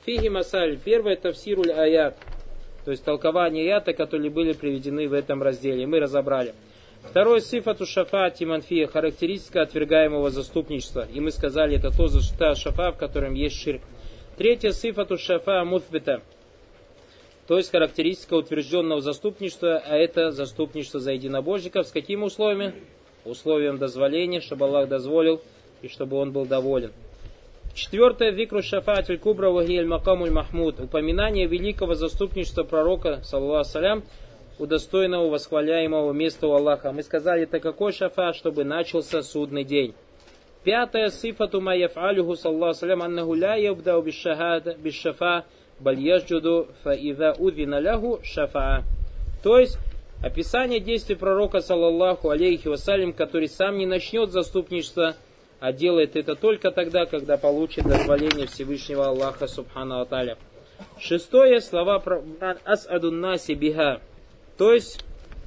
Фиги масаль. Первое тафсируль аят. То есть толкование аята, которые были приведены в этом разделе. Мы разобрали. Второе сифату шафаати манфия. Характеристика отвергаемого заступничества. И мы сказали, это та шафа, в котором есть ширк. Третье сифату шафа мутбита. То есть характеристика утвержденного заступничества, а это заступничество за единобожников. С какими условиями? Условием дозволения, чтобы Аллах дозволил и чтобы он был доволен. Четвертое, викру шафаатиль кубра вагиэль макамуль махмуд. Упоминание великого заступничества пророка, саллаллаху салям, удостоенного восхваляемого места у Аллаха. Мы сказали, это какой шафа, чтобы начался судный день. Пятое, сифату ма яф'алюху, саллаллаху салям, аннаху ля ябдау бишшафа, баль яджуду фа иза удвина ляху шафа. То есть, описание действий пророка, саллаллаху алейхи вассалям, который сам не начнет заступничество, а делает это только тогда, когда получит дозволение Всевышнего Аллаха субхану ва тааля. Шестое, слова про ас'адун наси биха. То есть,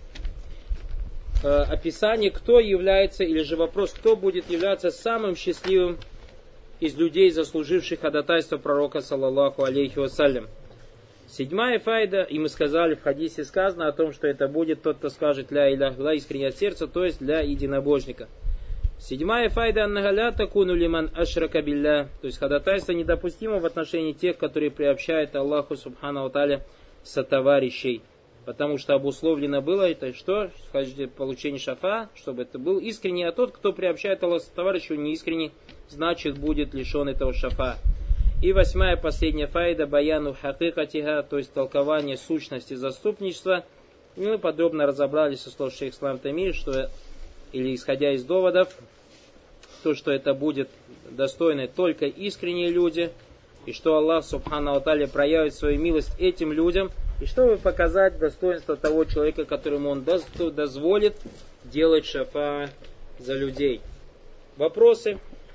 описание, кто является, или же вопрос, кто будет являться самым счастливым из людей, заслуживших ходатайство пророка, саллаллаху алейхи вассалям. Седьмая файда, и мы сказали, в хадисе сказано о том, что это будет тот, кто скажет ля илях илля искренне от сердца, то есть для единобожника. Седьмая файда аннага ля такуну лиман ашрака билля, то есть ходатайство недопустимо в отношении тех, которые приобщают Аллаху субхану ва тааля сотоварищей. Потому что обусловлено было это что? Получение шафа, чтобы это был искренний, а тот, кто приобщает Аллаху сотоварищу неискренне, значит будет лишен этого шафа. И восьмая, последняя файда, баяну хакикатиха, то есть толкование сущности заступничества. И мы подробно разобрались со слов шейх Ислам Тамир, что, или исходя из доводов, то, что это будет достойны только искренние люди, и что Аллах субхану ва тааля проявит свою милость этим людям, и чтобы показать достоинство того человека, которому он дозволит делать шафа за людей. Вопросы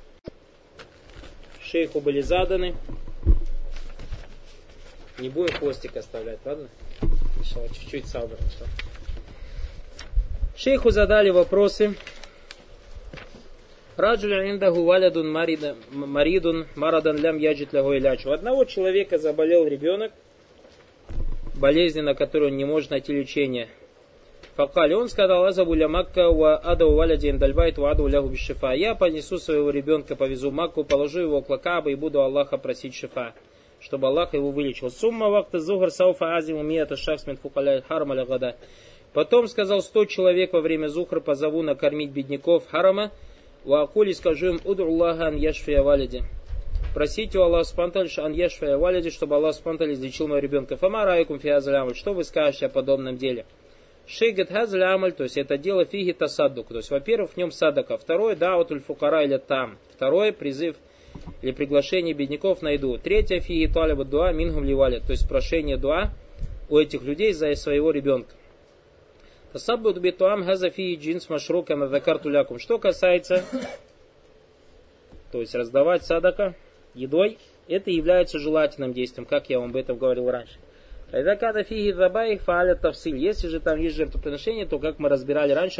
шейху были заданы. Не будем хвостик оставлять, ладно? Чуть-чуть сабр. Шейху задали вопросы. Раджуля индаху валядун маридун марадан лям яджит лягу илячу. У одного человека заболел ребенок, болезнь, на которую он не может найти лечение. Факали, он сказал, азабуля Макка ва адау валядин дальбайт ва аду лягу бишифа. Я понесу своего ребенка, повезу в Макку, положу его около Каабы и буду Аллаха просить шифа, чтобы Аллах его вылечил. Сумма вакта зухар сауфа азиму мията шахс мин фукаля харма лягада. Потом сказал, 100 человек во время зухра позову накормить бедняков харама. Ва акули скажу им, уду Аллаха ан яшфия валиди. Просите у Аллаха спанталь ан яшфия валиди, чтобы Аллах спанталь излечил моего ребенка. Фама райкум фиазалямаль. Что вы скажете о подобном деле? Шейгат хазалямаль, то есть это дело фиги тасаддук. То есть, во-первых, в нем садака. Второе, даутуль фукара или там. Второе, призыв или приглашение бедняков на еду. Третье, фиги талиба дуа мингум ливали. То есть прошение дуа у этих людей за своего ребенка. Тасаббуд битуам хаза фиги джинс машрука на закартулякум. Что касается, то есть раздавать садака едой, это является желательным действием, как я вам об этом говорил раньше. Если же там есть жертвоприношение, то как мы разбирали раньше,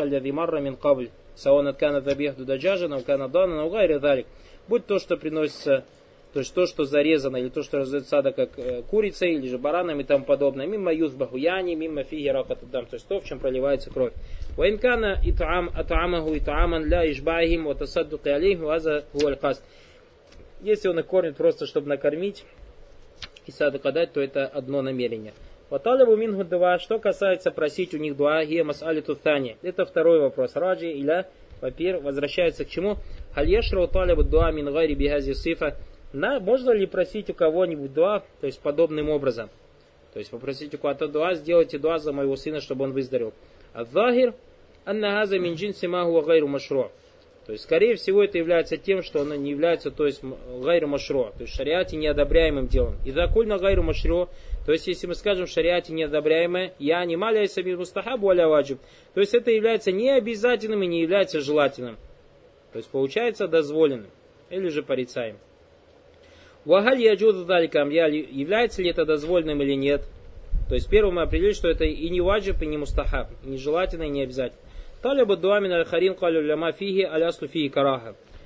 будь то, что приносится, то есть то, что зарезано, или то, что раздается сада как курицей, или же бараном и тому подобное, мимо юзбахуяни, мимо фиги ракатадам, то есть то, в чем проливается кровь. Воинкана итаам атаамаху итааман ля ишбаихим ватасаддуки алейхим ваза хуалькаст. Если он их кормит просто, чтобы накормить и садака дать, то это одно намерение. Ваталибу мингу дуа. Что касается просить у них дуа, гия мас'алиту тани. Это второй вопрос. Раджи иля, во-первых, возвращается к чему? Хальешру талибу дуа мин гайри бигази сифа. Можно ли просить у кого-нибудь дуа, то есть подобным образом? То есть попросить у кого-то дуа, сделайте дуа за моего сына, чтобы он выздоровел. А-захир анна газа мин джинси ма хуа гайру машру. То есть, скорее всего, это является тем, что оно не является, то есть, гайру машро, то есть, в шариате неодобряемым делом. И закульна гайру машро, то есть, если мы скажем в шариате неодобряемое, я не маляй саби мустахабу аля ваджиб, то есть, это является необязательным и не является желательным. То есть, получается дозволенным, или же порицаем. Вагаль яджуду даликам, является ли это дозволенным или нет. То есть, первым мы определили, что это и не ваджиб, и не мустахаб, и не желательно, и не обязательно. Талибу дуамин аль-харин калю ляма фиги аляслу фиги караха.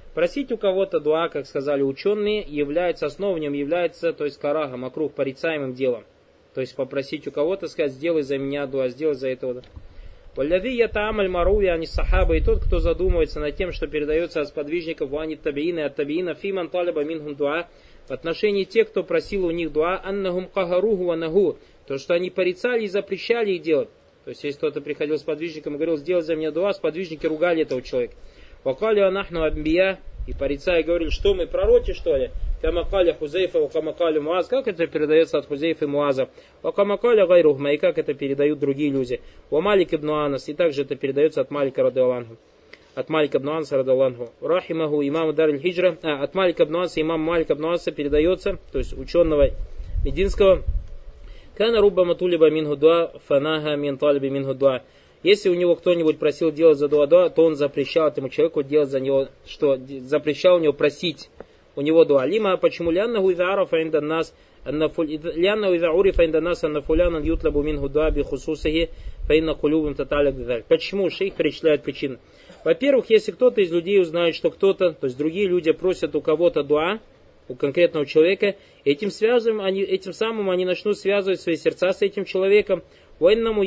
Просить у кого-то дуа, как сказали ученые, является основой в нем, является, то есть караха, макрух, порицаемым делом. То есть попросить у кого-то, сказать, сделай за меня дуа, сделай за этого. Валлади ятаамаль маруви ани сахаба, и тот, кто задумывается над тем, что передается от сподвижников вани табиина и от табиина фиман талаба минхум дуа, в отношении тех, кто просил у них дуа, аннахум кахаругу ванаху, то, что они порицали и запрещали их делать. То есть, если кто-то приходил с подвижником и говорил, сделай за меня дуа, сподвижники ругали этого человека. Вакали анахну амбия, и порицая говорили, что мы пророки, что ли? Камакаля Хузейфа, Вакамакаля Муаз, как это передается от Хузейфа и Муаза? Вакамакаля Гайрухма, и как это передают другие люди? Вамалик ибн Анас, и также это передается от Малика радиаллаху. От Малика ибн Анаса радиаллаху. Рахимаху имаму Дар Хиджра, от Малика ибн Анаса, имам Малика ибн Анаса передается, то есть ученого мединского, Кана рубба матулиба минху дуа, фанаха мин талиби минху дуа. Если у него кто-нибудь просил делать за дуа, то он запрещал этому человеку делать за него, что запрещал у него просить у него дуа. Лима, почему? Ляннаху иза арафа инда нас, ляннаху иза урифа инда нас, анна фулянан ютлабу минху дуа би хусусахи, фаинна кулюбим таталяк дедаль. Почему? Шейх перечисляет причины. Во-первых, если кто-то из людей узнает, что кто-то, то есть другие люди просят у кого-то дуа, у конкретного человека, этим самым они начнут связывать свои сердца с этим человеком. Надо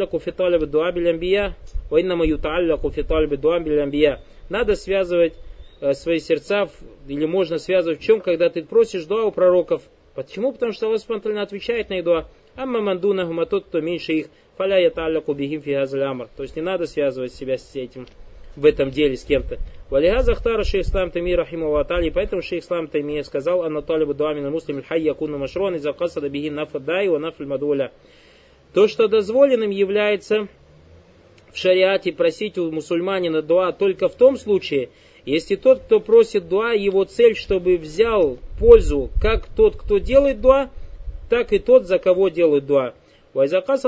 связывать свои сердца, или можно связывать в чем, когда ты просишь дуа у пророков. Почему? Потому что Аллах спонтанно отвечает на их дуа. Амма мандунахум, а тот, кто меньше их, фаля яталляку бихим фи газаль амр. То есть не надо связывать себя с этим, в этом деле с кем-то. Валиха захтара шейх ислам Тайми рахимаху атали, поэтому шейх ислам Тайми сказал, анна талибу дуа мин муслим хай якуну машрон из акасада бихи нафадай ва нафль мадуля. То, что дозволенным является в шариате просить у мусульманина дуа только в том случае, если тот, кто просит дуа, его цель, чтобы взял пользу как тот, кто делает дуа, так и тот, за кого делает дуа. И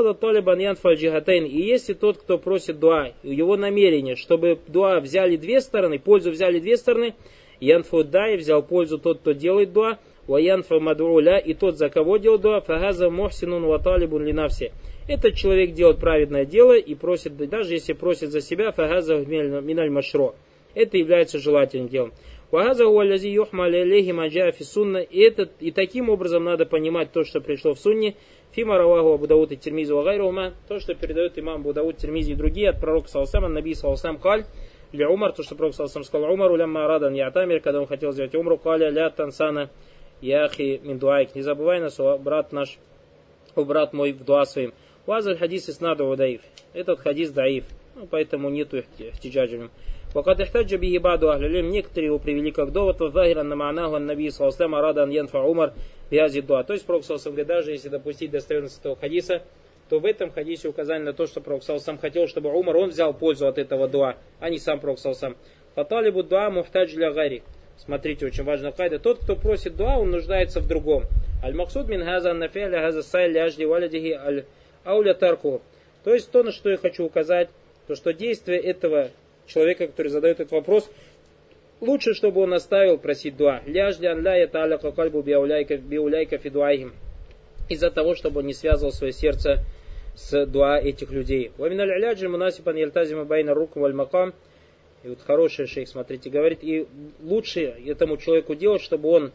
если тот, кто просит дуа, его намерение, чтобы дуа взяли две стороны, пользу взяли две стороны, янфудай взял пользу тот, кто делает дуа, ваянфа мадуля, и тот, за кого делает дуа, фагаза мухсинун ваталибун линавси. Этот человек делает праведное дело и просит, даже если просит за себя, фагаза миналь машро. Это является желательным делом. Вагаза уаллязи юхма алейхи маджа фи сунна. И таким образом надо понимать то, что пришло в сунне. Фима раваху Абу Дауд и Тирмизи вагайрума. То, что передает имам Абу Дауд, Тирмизи и другие от пророка саллаллаху наби саллаллаху каль. Для Умар, то, что пророк саллаллаху сказал Умару, лямма радан ятамир, когда он хотел сделать умру, каля ля тансана яхи мин дуайк. Не забывай нас, брат наш, брат мой, в дуа своим. Вазаль хадис иснаду даиф. Этот хадис даиф. Поэтому нету ихтиджаджа в нем. Вакад ихтаджа бихи баду ахлилим. Некоторые его привели как довод. Вазахиран на ма'наху ан-наби саллаллаху арадан янфа Умар биази дуа. То есть пророк саллаллаху говорит, даже если допустить достоверность этого хадиса, то в этом хадисе указание на то, что пророк саллаллаху хотел, чтобы Умар, он взял пользу от этого дуа, а не сам пророк саллаллаху. Фаталибу дуа мухтадж ля гайри. Смотрите, очень важная кайда. Тот, кто просит дуа, он нуждается в другом. Аль-Максуд мин газа нафи'ля газа сайли ажли валядихи аль-ауля тарку. То есть то, на что я хочу указать, то, что действие этого человека, который задает этот вопрос, лучше, чтобы он оставил просить дуа. Ляжли анля ята'аляка кальбу биуляйка фи дуаихим. Из-за того, чтобы он не связывал свое сердце с дуа этих людей. Вамин аль-аляджи мунасипан яльтазима байна рукам валь-макам. И вот хороший шейх, смотрите, говорит, и лучше этому человеку делать, чтобы он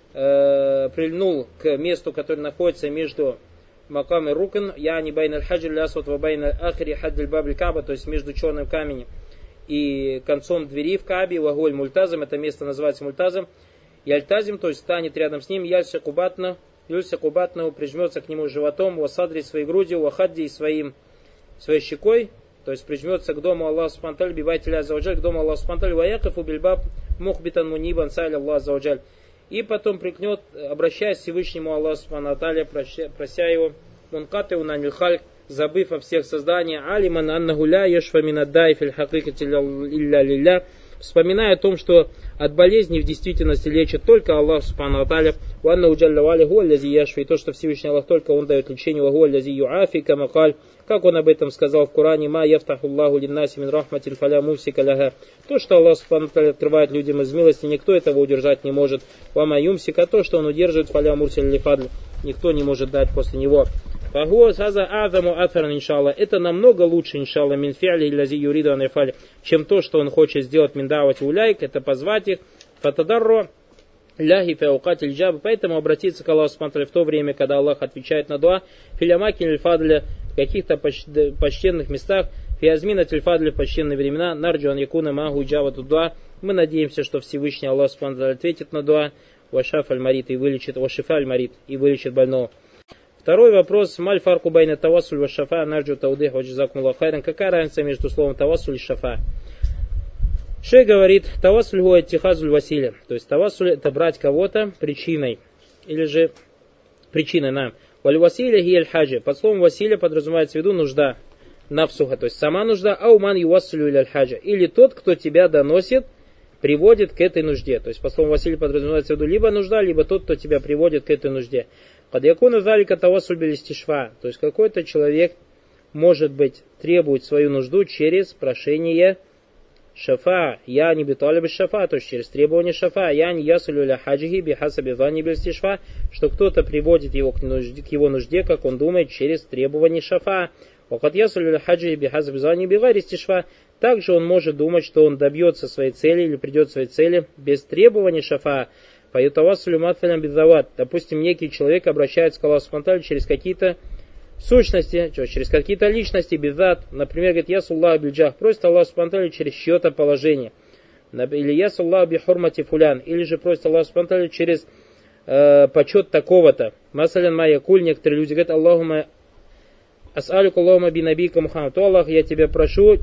прильнул к месту, которое находится между макам и рукан, я не байна аль-хаджи лясват ва байна ахри хаддиль бабль каба, то есть между черным камнем и концом двери в Кабе, ваголь мультазом, это место называется мультазом, яльтазим, то есть станет рядом с ним, ялься кубатна, прижмется к нему животом, васадри своей грудью, вахадди своей щекой, то есть прижмется к дому Аллаха субхану ва тааля, бивайтиля аззаваджаль, к дому Аллаха субхану ва тааля, ваякафу бильбаб мухбитан мунибан сайля Аллаха аззаваджаль. И потом прикнет, обращаясь к Всевышнему Аллаху субхану ва тааля, прося его, мункаты унаниль хальк, забыв о всех созданиях, алиман аннаху ля яшфа минаддай фил хакикати илля лилля, вспоминая о том, что от болезни в действительности лечит только Аллах субхану ва тааля, ва аннаху джалля ва аля хуа аллази яшфи, и то, что Всевышний Аллах только Он дает лечение, ва хуа аллази юафи кама каль, как Он об этом сказал в Коране, ма яфтаху Аллаху линнаси мин рахматин фаля мумсика ляха, то, что Аллах субхану ва тааля открывает людям из милости, никто этого удержать не может, ва ма юмсика, то, что Он удерживает фаля мурсиля лифадль, никто не может дать после него. Фахуа саза азаму атфаран иншалла. Это намного лучше, иншалла, мин фи'ли лази юриду ан яфали, чем то, что он хочет сделать мин давати уляйк, это позвать их. Фатадарро ляхи фяукатиль джаб. Поэтому обратиться к Аллаху субхану в то время, когда Аллах отвечает на дуа, филямакин аль-фадля, в каких-то почтенных местах, фиазмина тильфадля в почтенные времена, нарджуан якуна магу джавату дуа. Мы надеемся, что Всевышний Аллах субхану ответит на дуа, вашаф аль-марит и вылечит, вашифа аль-марит и вылечит больного. Второй вопрос. Маль фарку байна тавассуль ва шафа нарджу таудых ва джазакумуллаху хайран. Какая разница между словом тавассуль и шафа? Шейх говорит, тавассуль хуа иттихазуль василя. То есть тавассуль это брать кого-то причиной. Или же причиной нам. Валь василя ги аль хаджи. Под словом василя подразумевается в виду нужда. Нафсуха. То есть сама нужда. Ауман ювассулю иль аль хаджа. Или тот, кто тебя доносит, приводит к этой нужде. То есть по слову василя подразумевается в виду либо нужда, либо тот, кто тебя приводит к этой нужде. Кадьякуна залика тавассуль биль истишфа. То есть какой-то человек, может быть, требует свою нужду через прошение шафа. Я не битали без шафа, то есть через требование шафа. Я не ясулю ля хаджихи бихасаби вани биль истишфа, что кто-то приводит его к его нужде, как он думает, через требование шафа. Вакат ясулю ля хаджихи бихасаби вани биль истишфа. Также он может думать, что он добьется своей цели или придет к своей цели без требования шафа. Допустим, некий человек обращается к Аллаху субхану через какие-то сущности, через какие-то личности, безат. Например, говорит, ясуллах биджах, просит Аллаху субхану через чье-то положение. Или ясуллах бихурмати фулян, или же просит Аллаху субхану через почет такого-то. Масалян майя куль, некоторые люди говорят, Аллахума ас'алюка Аллахума бинабика Мухаммад. То Аллах, я тебя прошу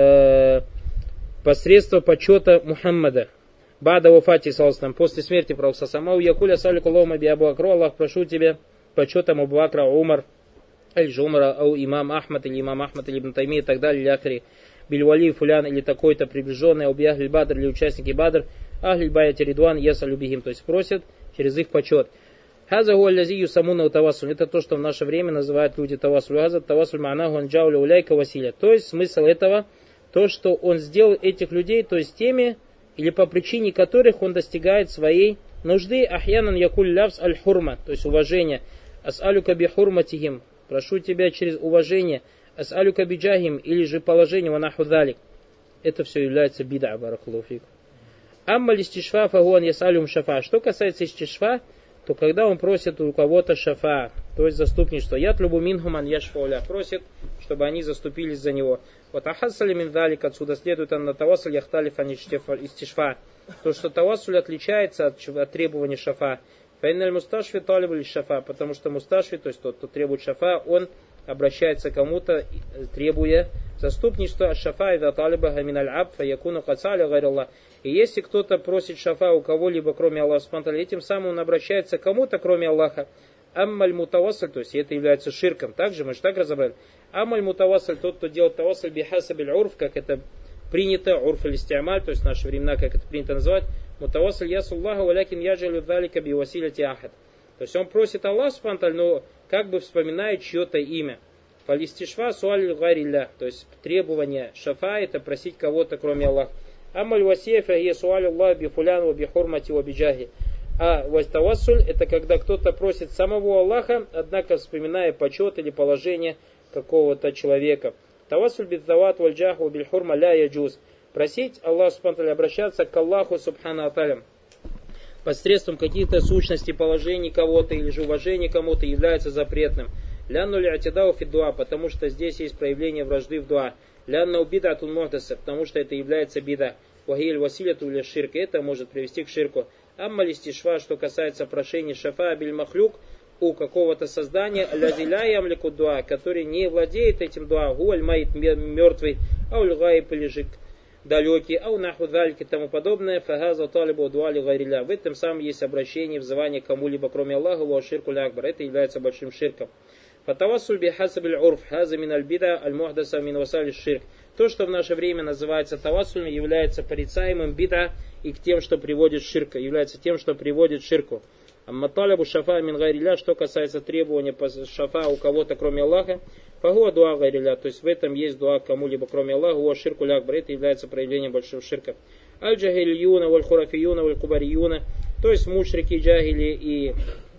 посредством почета Мухаммада. Бада вафати саллаллаху после смерти пророка самау якуля салику Аллахума би Абу Бакру, Аллах, прошу тебя почетом Абу Бакра, Умар, аль-Джа Умара, ау имам Ахмад, или Ибн Тайми и так далее, или ахри, бильвали фулян, или такой-то приближенный, ау би ахль бадр, или участники бадр, ахль баяти ридуан, ясалю бихим, то есть просят через их почет. Хаза гу аллази юсамуна тавассуль, это то, что в наше время называют люди тавассуль. Хаза тавассуль ма'наху анджауля уляйка василя. То есть смысл этого, то, что он сделал этих людей, то есть теми, или по причине которых он достигает своей нужды. Ахьянан якуль лавс аль-хурма, то есть уважение. Ас'алюка би хурматихим, прошу тебя через уважение. Ас'алюка би джахим, или же положение ванаху далик. Это все является бид'a, баракаллаху фик. Амма листишфа фагуан ясалюм шафа. Что касается истишфа, то когда он просит у кого-то шафа, то есть заступничество, ятлюбу минхуман яшфауля, просит, чтобы они заступились за него. Вот ахассали мин далик, отсюда следует анна тавассуль яхталиф ан истишфа. То, что тавассуль отличается от требования шафа. Файналь мусташфи талибу ли шафа, потому что мусташфи, то есть тот, кто требует шафа, он обращается к кому-то, требуя заступничества. Шафа ида талиба гаминаль аб фаякуну кацаля гайраллах. И если кто-то просит шафа у кого-либо, кроме Аллаха субхану, этим самым он обращается к кому-то, кроме Аллаха. Аммаль мутавассаль, то есть это является ширком. Также мы же так разобрали. Аммаль мутавассаль, тот, кто делает тавассаль бихасабиль урф, как это принято, урф или стиамаль, то есть в наши времена, как это принято называть, мутавассаль ясуллаха валякин яджалю далика биwасиляти ахад. То есть он просит Аллаха субхану, но как бы вспоминает чье-то имя. Фалистишфа суаль гарилля, то есть требование шафа, это просить кого-то, кроме Аллаха. Амаль васия фахия суаль Аллах бихулян ва бихурмати ва биджахи. А тавассуль это когда кто-то просит самого Аллаха, однако вспоминая почет или положение какого-то человека. Тавассуль биддават валь джах ва бильхурма ля яджуз. Просить Аллаха субхану, обращаться к Аллаху субхану аталя посредством каких-то сущностей, положений кого-то или же уважения кому-то является запретным. Лянну ли'атидау фи дуа, потому что здесь есть проявление вражды в дуа. Лянну бид'атун мухдаса, потому что это является бида. Вахиль василяту ля ширк, это может привести к ширку. Амма листишва, что касается прошения шафа биль махлюк у какого-то создания, лязиля ямлику дуа, который не владеет этим дуа, гуаль майт мертвый, ауль гайб или же далекий, ау наху дальки и тому подобное, фагаза талибу дуали гайриля. В этом самом есть обращение, взывание к кому-либо, кроме Аллаха, ва ширку ля акбар. Это является большим ширком. Фатавассуль бихасабиль урф, хаза мин аль-бида, аль-мухдаса мин васали ширк. То, что в наше время называется тавассулем, является порицаемым бида и к тем, что приводит ширка, является тем, что приводит ширку. Амматалябу шафа мин гайриля, что касается требования шафа у кого-то, кроме Аллаха, фагуа дуа гайриля, то есть в этом есть дуа кому-либо, кроме Аллаха, уа ширку лякбар, это является проявлением большого ширка. Аль-джахильюна, валь-хурафиюна, валь-кубариюна, то есть мушрики, джахили и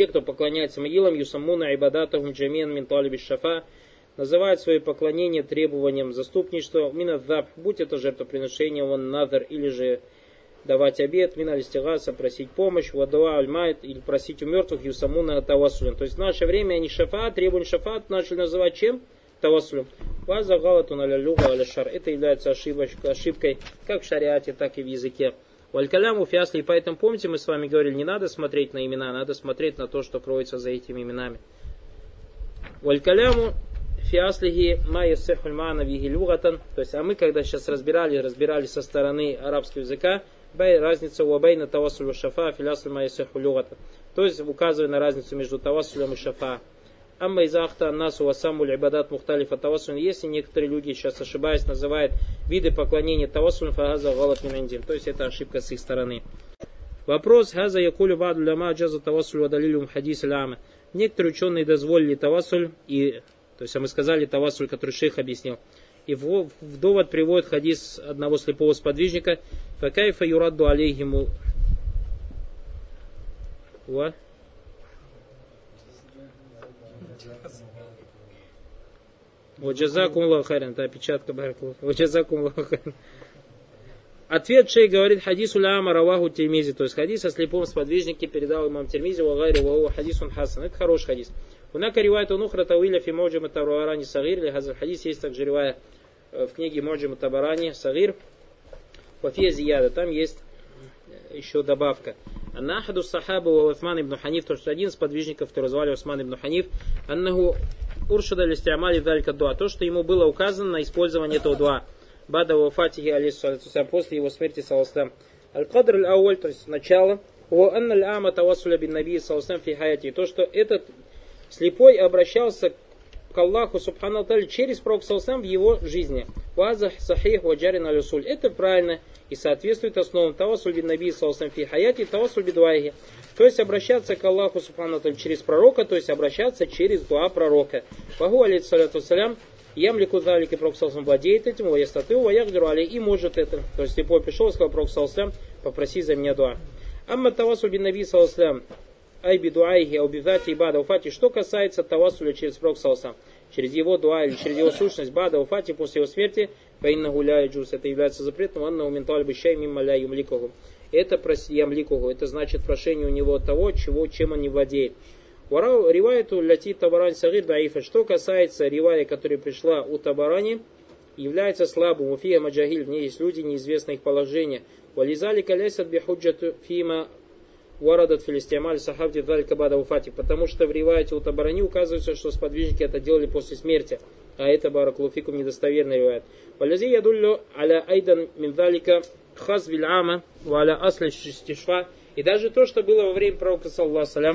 те, кто поклоняется могилам, юсаммуна ибадатахум джамиан мин талиби шафа, называют свои поклонения требованием заступничества, минадзаб, будь это жертвоприношение, ван надр, или же давать обет, миналистигаса, просить помощь, вадуа аль-майт, или просить у мертвых, юсамуна тавассулем. То есть в наше время они шафаат, требования шафаат начали называть чем? Тавассулем. Ваза галатун аля люга аля шар. Это является ошибкой как в шариате, так и в языке. Валь-каляму фиасли, и поэтому помните, мы с вами говорили, не надо смотреть на имена, надо смотреть на то, что кроется за этими именами. Валь-каляму фиаслихи ма яссихуль ма'на вихи люгатан. То есть, а мы когда сейчас разбирали со стороны арабского языка, разница у абайна тавассулю шафа, филясль ма яссихуль люгатан. То есть, указывая на разницу между тавассулем и шафа. Амма изахта насу васамуль ибадат мухталифа тавассуль. Если некоторые люди, сейчас ошибаясь, называют виды поклонения тавассуль, фагаза галат минандин. То есть, это ошибка с их стороны. Вопрос. Газа якулю баду ляма джаза тавассуль вадалилюм хадис ляма. Некоторые ученые дозволили тавассуль, и, то есть, мы сказали тавассуль, который шейх объяснил. И в довод приводит хадис одного слепого сподвижника. Факайфа юрадду алейхиму. Ваджазакум Аллаху хайран. Это опечатка баракуллах. Ваджазакум Аллаху хайран. Ответ шейх говорит хадису ляма раваху Тирмизи. То есть хадис о слепом сподвижнике передал имам Тирмизи вагайру ваху хадисун хасан. Это хороший хадис. Унака ривайта нухра тауиля фи моджима табарани сагир. Или хазар хадис есть также ривая в книге моджима табарани сагир. Вафия зияда. Там есть еще добавка. Аннахаду сахаба ва Усман ибн Ханиф. То, что один из подвижников, который звали Усман ибн Ханиф, аннаху уршада листиамали далька дуа. То, что ему было указано на использование этого дуа. Бада вафатихи алейхиссалям, после его смерти саллаллаху. Аль-Кадр аль-Ауаль, то есть начало. Ва анна аль-ама тавассуля бин наби саллаллаху фи хаяти. То, что этот слепой обращался к Аллаху субхану тааля через пророка саллаллаху в его жизни. Вазах сахих ваджарин аль-усуль. Это правильно и соответствует основам тавассуль бин наби саллаллаху фи хаяти, тавассуль бин дуайхи. То есть обращаться к Аллаху субхану тааля через пророка, то есть обращаться через дуа пророка. Ваху алейхиссалату вассалям. Ямлику залик, и пророк саллаллаху владеет этим, ваястатыл, ваягдиру алей, и может это. То есть слепой пришел и сказал пророк саллаллаху, попроси за меня дуа. Амма тавассуль бин наби саллаллаху ай би дуайхи, аубивати и бада уфати. Что касается тавассуля через пророка саллаллаху, через его дуа или через его сущность, бада уфати, после его смерти, фаинна гуляя джус, это является запретным, анна ументуаль бищай мимма ля юмликуху. Это ямликуху, это значит прошение у него того, чем он не владеет. Риваяту ляти табарани сагир даифа. Что касается ривая, которая пришла у табарани, является слабым. У фия маджахиль, в ней есть люди, неизвестное их положение. Вализали калясат бихуджату фима варадат филистиамаль сахабди далика бада уфати. Потому что в риваяте у табарани указывается, что сподвижники это делали после смерти. А это баракулуфикум недостоверный риваят. Валязи ядуллю аля айдан мин далика хаз вильама валя асли шистишфа. И даже то, что было во время пророка саллаллаху алейхи.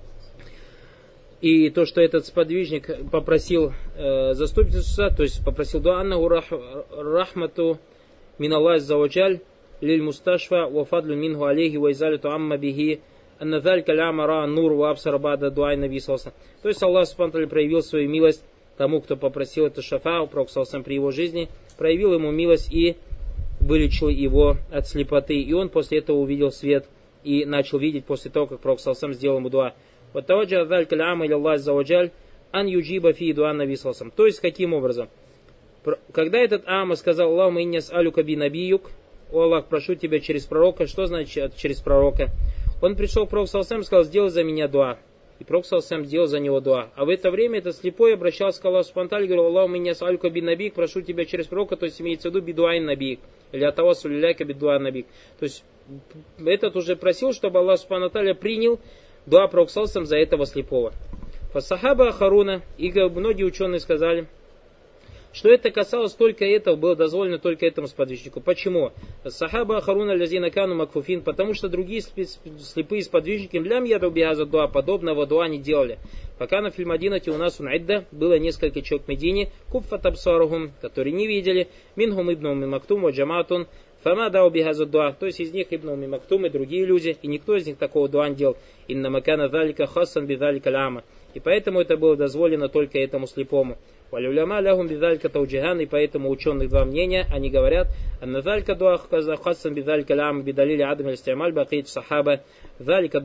И то, что этот сподвижник попросил заступничества, то есть попросил дуа аннаху рахмату мин Аллах заваджаль лиль мусташфа ва фадлю минху алейхи ва изалиту амма бихи анна залька лямара нур ва абсара бада дуай наби саллаллаху. То есть Аллах субхану ва тааля проявил свою милость тому, кто попросил это шафа у пророка саллаллаху при его жизни, проявил ему милость и вылечил его от слепоты. И он после этого увидел свет и начал видеть после того, как пророк саллаллаху сделал ему дуа. То есть, каким образом? Когда этот Ама сказал: Аллаху иння ас'алюка би набиюк, о Аллах, прошу тебя через пророка. Что значит через пророка? Он пришел к пророку саллаллаху и сказал: сделай за меня дуа. И пророк саллаллаху сделал за него дуа. А в это время этот слепой обращался к Аллаху субхану ва тааля и говорил: Аллаху иння ас'алюка би набиюк, прошу тебя через пророка, то есть имеется в виду бидуайн набиюк. Или атавассуль иляйка бидуайн набиюк. То есть, этот уже просил, чтобы Аллах субхану ва тааля принял дуа пророка саллаллаху за этого слепого. Фасахаба Харуна, и многие ученые сказали, что это касалось только этого, было дозволено только этому сподвижнику. Почему? Сахаба Харуна лязина кану макфуфин, потому что другие слепые сподвижники лям яду биаза дуа, подобного дуа не делали. Пока на фильмадинате у нас унайдда было несколько человек в Медине, куффат абсарухум, которые не видели, минхум ибн Умми Мактум ва джаматун, фама дау бихаза дуа, то есть из них ибн Умми Мактум и другие люди, и никто из них такого дуа не делал. Инна макана залика хассан бидалика ляма. И поэтому это было дозволено только этому слепому. Валюляма лягум бидалька тауджиган, и поэтому ученых два мнения, они говорят: анна залька дуа хассан бидалька ляма бидалили адам аль-стиамаль бакит сахаба залька дуа.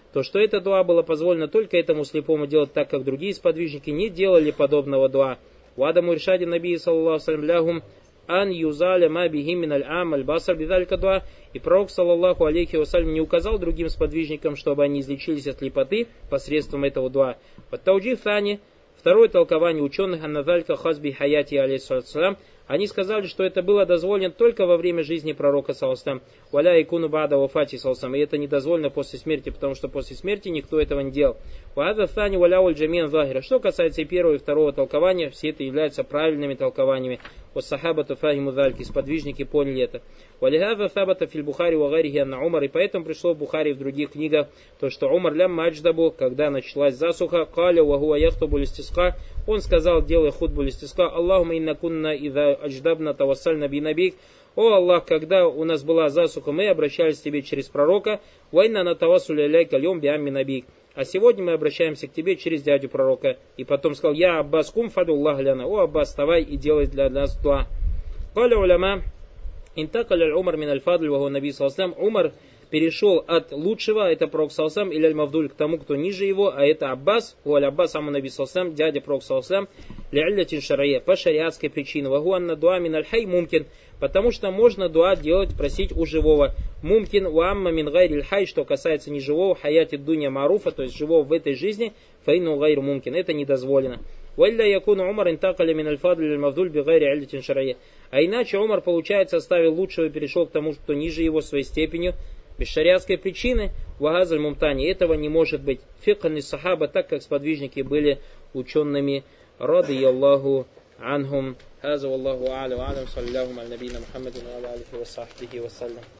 то что это дуа было позволено только этому слепому делать, так как другие сподвижники не делали подобного дуа. Вадаму иршади наби саллаллаху салям лягум ан юзаля ма бихи миналь амаль басар бидалька дуа. И пророк саллаллаху алейхи вассалям не указал другим сподвижникам, чтобы они излечились от слепоты посредством этого дуа. Ваттауджи фани, второе толкование ученых аннадалька хазби хаяти алейхиссалям, они сказали, что это было дозволено только во время жизни пророка саллаллаху валя икуну бада вафати саллаллаху, и это не дозволено после смерти, потому что после смерти никто этого не делал. Вада фани валя уль джамин захира. Что касается и первого, и второго толкования, все это являются правильными толкованиями. Сахабату фахиму дальки, сподвижники поняли это. Валихада сабата филь Бухари вагарихи анна Умар, и поэтому пришло в Бухари и в других книгах, то что Умар лям мадждабу, когда началась засуха, каля вагуа яхтубу листиска, он сказал, делая худбу листиска, Аллахума инна кунна ида адждабна тавассаль наби набик, о Аллах, когда у нас была засуха, мы обращались к тебе через пророка, вайна на тавассуль аляйка льем биамми набик. А сегодня мы обращаемся к тебе через дядю пророка. И потом сказал, я Аббас кум фадуллах ляна. О Аббас, вставай и делай для нас дуа. Каля уляма, интакаля Умар мин аль-фадль ваху наби саллаллаху. Умар перешел от лучшего, это пророк саллаллаху или аль-мавдуль, к тому, кто ниже его, а это Аббас, уаль Аббас аму наби саллаллаху, дядя пророк саллаллаху, ля'иллятин шарае, по шариатской причине. Ваху анна дуа мин аль-хай мумкин. Потому что можно дуа делать, просить у живого. Мумкин уамма мин гайриль хай, что касается неживого, хаяти дуня маруфа, то есть живого в этой жизни, фаину гайр мумкин. Это не дозволено. Валля якуну Умар интакаля мин аль-фадль аль-мавдуль би гайри аллятин шарае. А иначе Умар, получается, оставил лучшего и перешел к тому, что ниже его своей степенью, без шариатской причины, вагазаль мумтани. Этого не может быть. Фикхан из сахаба, так как сподвижники были учеными. Рады Аллаху عنهم هذا والله أعلم وأعلم صلى الله على نبينا محمد وعلى آله وصحبه وسلم.